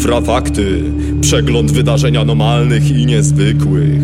Infrafakty. Przegląd wydarzeń anomalnych i niezwykłych.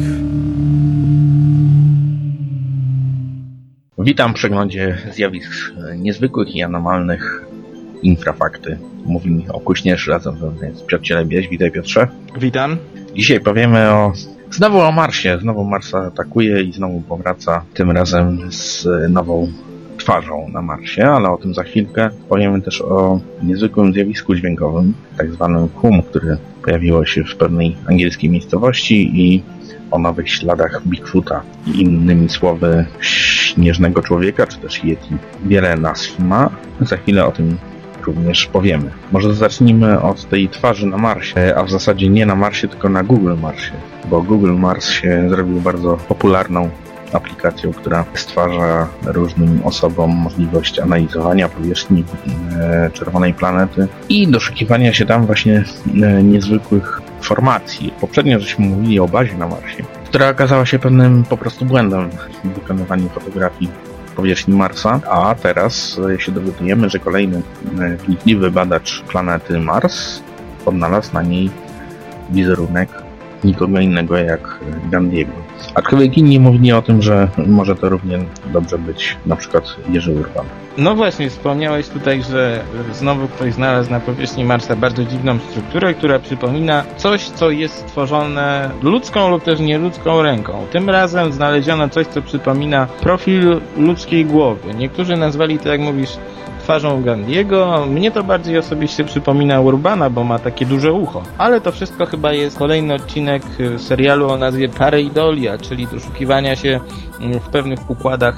Witam w przeglądzie zjawisk niezwykłych i anomalnych. Infrafakty. Mówi Michał Kuśnierz, razem z Piotrem Bieś. Witaj, Piotrze. Witam. Dzisiaj powiemy znowu o Marsie. Znowu Mars atakuje i znowu powraca. Tym razem z nową twarzą na Marsie, ale o tym za chwilkę. Powiemy też o niezwykłym zjawisku dźwiękowym, tak zwanym hum, które pojawiło się w pewnej angielskiej miejscowości i o nowych śladach Bigfoota i innymi słowy śnieżnego człowieka, czy też Yeti. Wiele nazw ma. Za chwilę o tym również powiemy. Może zacznijmy od tej twarzy na Marsie, a w zasadzie nie na Marsie, tylko na Google Marsie, bo Google Mars się zrobił bardzo popularną aplikacją, która stwarza różnym osobom możliwość analizowania powierzchni czerwonej planety i doszukiwania się tam właśnie niezwykłych formacji. Poprzednio żeśmy mówili o bazie na Marsie, która okazała się pewnym po prostu błędem w wykonywaniu fotografii powierzchni Marsa, a teraz się dowiadujemy, że kolejny wnikliwy badacz planety Mars odnalazł na niej wizerunek nikogo innego jak Gandiego. Aczkolwiek inni mówili o tym, że może to równie dobrze być na przykład Jerzy Urban. No właśnie, wspomniałeś tutaj, że znowu ktoś znalazł na powierzchni Marsa bardzo dziwną strukturę, która przypomina coś, co jest stworzone ludzką lub też nieludzką ręką. Tym razem znaleziono coś, co przypomina profil ludzkiej głowy. Niektórzy nazwali to, jak mówisz, twarzą Gandiego. Mnie to bardziej osobiście przypomina Urbana, bo ma takie duże ucho. Ale to wszystko chyba jest kolejny odcinek serialu o nazwie Pareidolia, czyli doszukiwania się w pewnych układach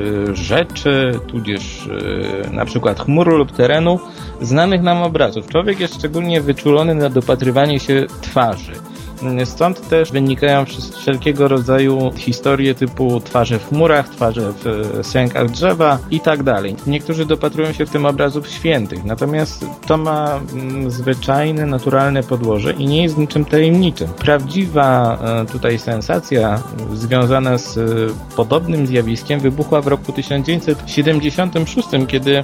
rzeczy, tudzież na przykład chmur lub terenu, znanych nam obrazów. Człowiek jest szczególnie wyczulony na dopatrywanie się twarzy. Stąd też wynikają wszelkiego rodzaju historie typu twarze w chmurach, twarze w sękach drzewa i tak dalej. Niektórzy dopatrują się w tym obrazów świętych, natomiast to ma zwyczajne, naturalne podłoże i nie jest niczym tajemniczym. Prawdziwa tutaj sensacja związana z podobnym zjawiskiem wybuchła w roku 1976, kiedy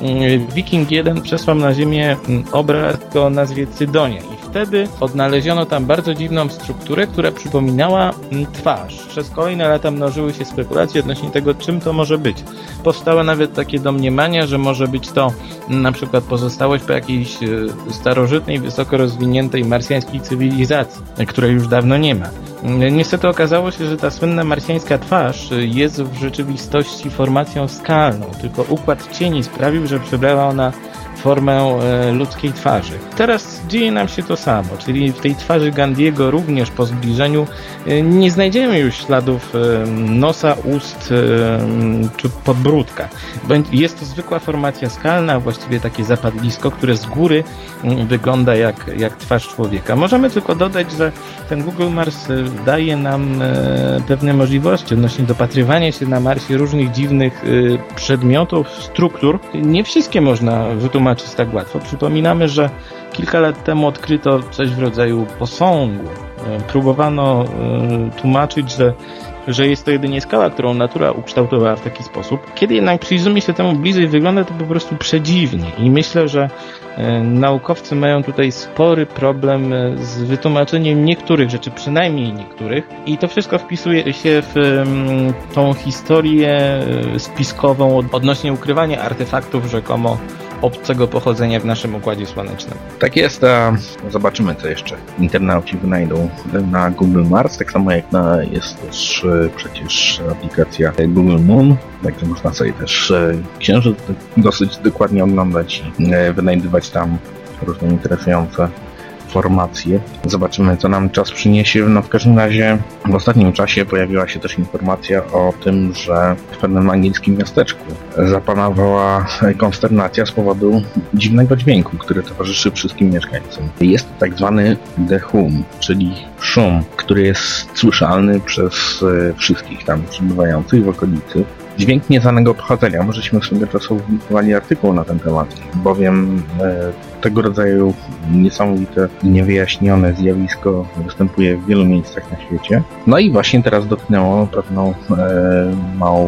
Viking 1 przesłał na Ziemię obraz o nazwie Cydonia i wtedy odnaleziono tam bardzo dziwną strukturę, która przypominała twarz. Przez kolejne lata mnożyły się spekulacje odnośnie tego, czym to może być. Powstały nawet takie domniemania, że może być to na przykład pozostałość po jakiejś starożytnej, wysoko rozwiniętej marsjańskiej cywilizacji, której już dawno nie ma. Niestety okazało się, że ta słynna marsjańska twarz jest w rzeczywistości formacją skalną, tylko układ cieni sprawił, że przybrała ona formę ludzkiej twarzy. Teraz dzieje nam się to samo, czyli w tej twarzy Gandiego również po zbliżeniu nie znajdziemy już śladów nosa, ust czy podbródka. Jest to zwykła formacja skalna, właściwie takie zapadlisko, które z góry wygląda jak twarz człowieka. Możemy tylko dodać, że ten Google Mars daje nam pewne możliwości odnośnie dopatrywania się na Marsie różnych dziwnych przedmiotów, struktur. Nie wszystkie można wytłumaczyć tak łatwo. Przypominamy, że kilka lat temu odkryto coś w rodzaju posągu. Próbowano tłumaczyć, że jest to jedynie skała, którą natura ukształtowała w taki sposób. Kiedy jednak przyjrzymy się temu bliżej, wygląda to po prostu przedziwnie i myślę, że naukowcy mają tutaj spory problem z wytłumaczeniem niektórych rzeczy, przynajmniej niektórych, i to wszystko wpisuje się w tą historię spiskową odnośnie ukrywania artefaktów rzekomo obcego pochodzenia w naszym Układzie Słonecznym. Tak jest, a zobaczymy, co jeszcze internauci wynajdą na Google Mars, tak samo jak jest też przecież aplikacja Google Moon, także można sobie też księżyc dosyć dokładnie oglądać i wynajdywać tam różne interesujące informacje. Zobaczymy, co nam czas przyniesie. No w każdym razie w ostatnim czasie pojawiła się też informacja o tym, że w pewnym angielskim miasteczku zapanowała konsternacja z powodu dziwnego dźwięku, który towarzyszy wszystkim mieszkańcom. Jest to tak zwany the hum, czyli szum, który jest słyszalny przez wszystkich tam przebywających w okolicy. Dźwięk nieznanego pochodzenia. Możeśmy swego czasu opublikowali artykuł na ten temat, bowiem tego rodzaju niesamowite i niewyjaśnione zjawisko występuje w wielu miejscach na świecie. No i właśnie teraz dotknęło pewną małą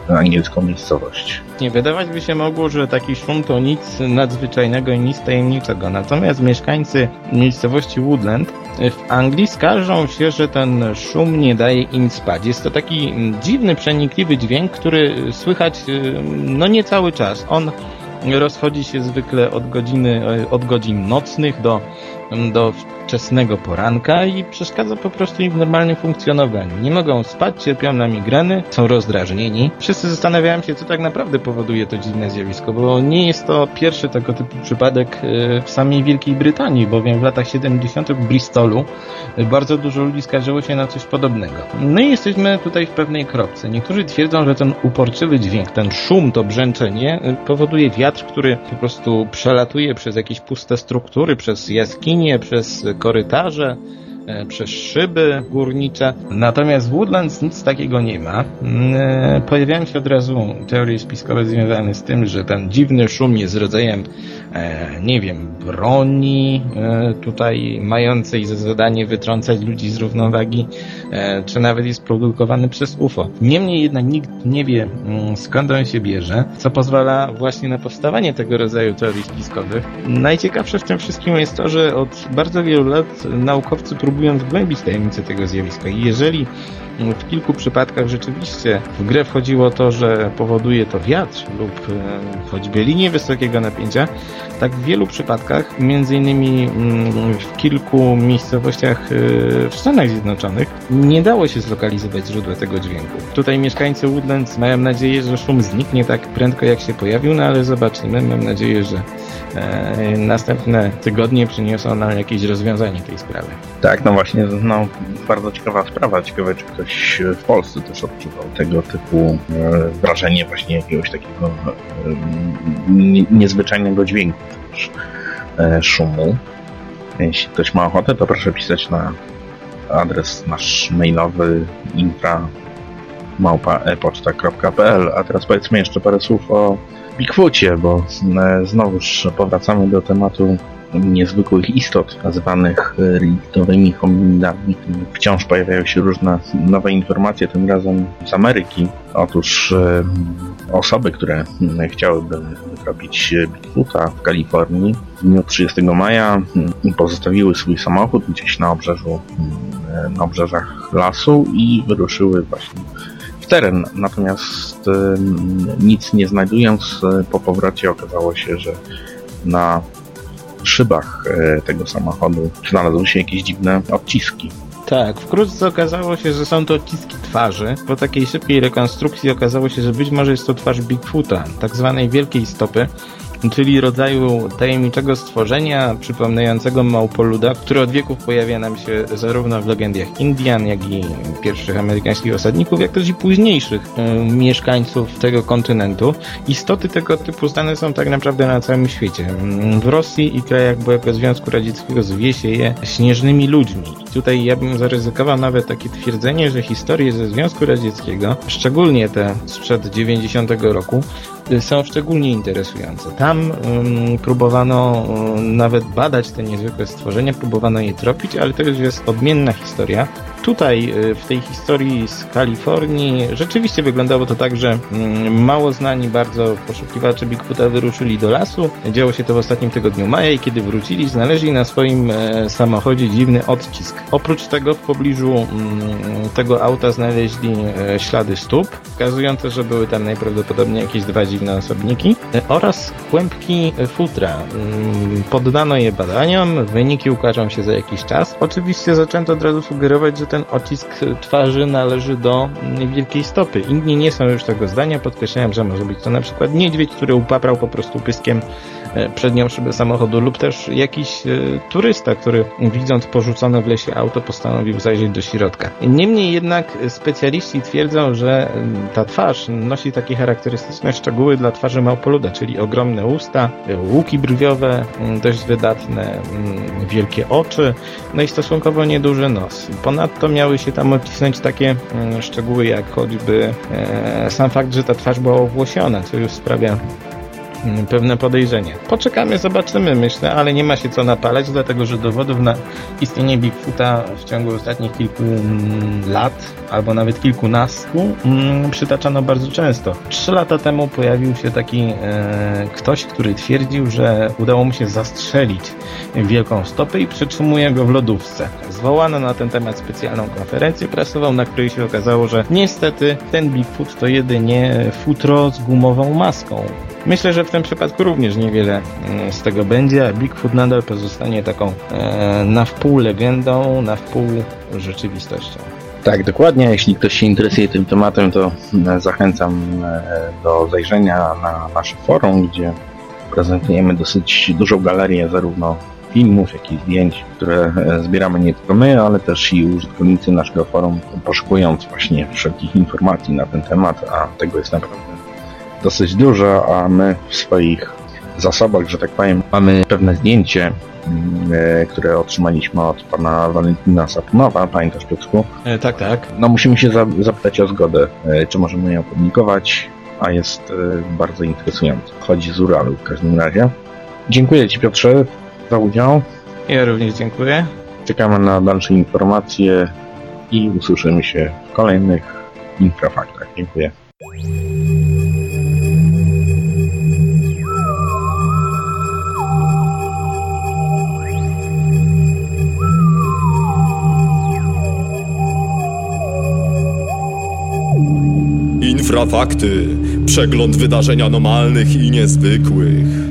angielską miejscowość. Nie, wydawać by się mogło, że taki szum to nic nadzwyczajnego i nic tajemniczego. Natomiast mieszkańcy miejscowości Woodland w Anglii skarżą się, że ten szum nie daje im spać. Jest to taki dziwny, przenikliwy dźwięk, który słychać no nie cały czas. On rozchodzi się zwykle od godzin nocnych do wczesnego poranka i przeszkadza po prostu im w normalnym funkcjonowaniu. Nie mogą spać, cierpią na migreny, są rozdrażnieni. Wszyscy zastanawiają się, co tak naprawdę powoduje to dziwne zjawisko, bo nie jest to pierwszy tego typu przypadek w samej Wielkiej Brytanii, bowiem w latach 70. w Bristolu bardzo dużo ludzi skarżyło się na coś podobnego. No i jesteśmy tutaj w pewnej kropce. Niektórzy twierdzą, że ten uporczywy dźwięk, ten szum, to brzęczenie powoduje wiatr, który po prostu przelatuje przez jakieś puste struktury, przez jaskinie, przez korytarze, przez szyby górnicze. Natomiast w Woodlands nic takiego nie ma. Pojawiają się od razu teorie spiskowe związane z tym, że ten dziwny szum jest rodzajem, nie wiem, broni tutaj mającej za zadanie wytrącać ludzi z równowagi, czy nawet jest produkowany przez UFO. Niemniej jednak nikt nie wie, skąd on się bierze, co pozwala właśnie na powstawanie tego rodzaju teorii spiskowych. Najciekawsze w tym wszystkim jest to, że od bardzo wielu lat naukowcy próbują zgłębić tajemnicę tego zjawiska i jeżeli w kilku przypadkach rzeczywiście w grę wchodziło to, że powoduje to wiatr lub choćby linię wysokiego napięcia, tak w wielu przypadkach, między innymi w kilku miejscowościach w Stanach Zjednoczonych, nie dało się zlokalizować źródła tego dźwięku. Tutaj mieszkańcy Woodlands mają nadzieję, że szum zniknie tak prędko jak się pojawił, no ale zobaczymy. Mam nadzieję, że następne tygodnie przyniosą nam jakieś rozwiązanie tej sprawy. Tak, no właśnie, no bardzo ciekawa sprawa. Ciekawe, czy ktoś w Polsce też odczuwał tego typu wrażenie właśnie jakiegoś takiego niezwyczajnego dźwięku, też szumu. Jeśli ktoś ma ochotę, to proszę pisać na adres nasz mailowy infra@epoczta.pl. A teraz powiedzmy jeszcze parę słów o Bigfoocie, bo znowuż powracamy do tematu niezwykłych istot nazywanych reliktowymi hominidami. Wciąż pojawiają się różne nowe informacje, tym razem z Ameryki. Otóż osoby, które chciałyby wytropić Bigfoota w Kalifornii w dniu 30 maja pozostawiły swój samochód gdzieś na obrzeżach lasu i wyruszyły właśnie w teren. Natomiast nic nie znajdując, po powrocie okazało się, że na szybach tego samochodu znalazły się jakieś dziwne odciski. Tak, wkrótce okazało się, że są to odciski twarzy. Po takiej szybkiej rekonstrukcji okazało się, że być może jest to twarz Bigfoota, tak zwanej wielkiej stopy, czyli rodzaju tajemniczego stworzenia przypominającego małpoluda, który od wieków pojawia nam się zarówno w legendach Indian, jak i pierwszych amerykańskich osadników, jak też i późniejszych mieszkańców tego kontynentu. Istoty tego typu znane są tak naprawdę na całym świecie. W Rosji i krajach byłego Związku Radzieckiego zwie się je śnieżnymi ludźmi. I tutaj ja bym zaryzykował nawet takie twierdzenie, że historie ze Związku Radzieckiego, szczególnie te sprzed 90 roku, są szczególnie interesujące. Tam próbowano nawet badać te niezwykłe stworzenia, próbowano je tropić, ale to już jest odmienna historia. Tutaj w tej historii z Kalifornii rzeczywiście wyglądało to tak, że mało znani bardzo poszukiwacze Bigfoota wyruszyli do lasu. Działo się to w ostatnim tygodniu maja i kiedy wrócili, znaleźli na swoim samochodzie dziwny odcisk. Oprócz tego w pobliżu tego auta znaleźli ślady stóp, wskazujące, że były tam najprawdopodobniej jakieś dwa dziwne osobniki oraz kłębki futra. Poddano je badaniom, wyniki ukażą się za jakiś czas. Oczywiście zaczęto od razu sugerować, że ten odcisk twarzy należy do wielkiej stopy. Inni nie są już tego zdania, podkreślałem, że może być to na przykład niedźwiedź, który upaprał po prostu pyskiem przednią szybę samochodu lub też jakiś turysta, który widząc porzucone w lesie auto postanowił zajrzeć do środka. Niemniej jednak specjaliści twierdzą, że ta twarz nosi takie charakterystyczne szczegóły dla twarzy małpoluda, czyli ogromne usta, łuki brwiowe, dość wydatne, wielkie oczy, no i stosunkowo nieduży nos. Ponadto miały się tam odcisnąć takie szczegóły jak choćby sam fakt, że ta twarz była owłosiona, co już sprawia pewne podejrzenie. Poczekamy, zobaczymy, myślę, ale nie ma się co napalać, dlatego że dowodów na istnienie Bigfoota w ciągu ostatnich kilku lat, albo nawet kilkunastu, przytaczano bardzo często. 3 lata temu pojawił się taki ktoś, który twierdził, że udało mu się zastrzelić wielką stopę i przetrzymuje go w lodówce. Zwołano na ten temat specjalną konferencję prasową, na której się okazało, że niestety ten Bigfoot to jedynie futro z gumową maską. Myślę, że w tym przypadku również niewiele z tego będzie, a Bigfoot nadal pozostanie taką na wpół legendą, na wpół rzeczywistością. Tak, dokładnie. Jeśli ktoś się interesuje tym tematem, to zachęcam do zajrzenia na nasze forum, gdzie prezentujemy dosyć dużą galerię zarówno filmów, jak i zdjęć, które zbieramy nie tylko my, ale też i użytkownicy naszego forum, poszukując właśnie wszelkich informacji na ten temat, a tego jest naprawdę dosyć dużo, a my w swoich zasobach, że tak powiem, mamy pewne zdjęcie, które otrzymaliśmy od pana Walentyna Sapunowa, pamiętasz, Piotrku? Tak. No musimy się zapytać o zgodę, czy możemy ją publikować, a jest bardzo interesujące. Chodzi z Uralu w każdym razie. Dziękuję Ci, Piotrze, za udział. Ja również dziękuję. Czekamy na dalsze informacje i usłyszymy się w kolejnych infrafaktach. Dziękuję. Infrafakty. Przegląd wydarzeń anomalnych i niezwykłych.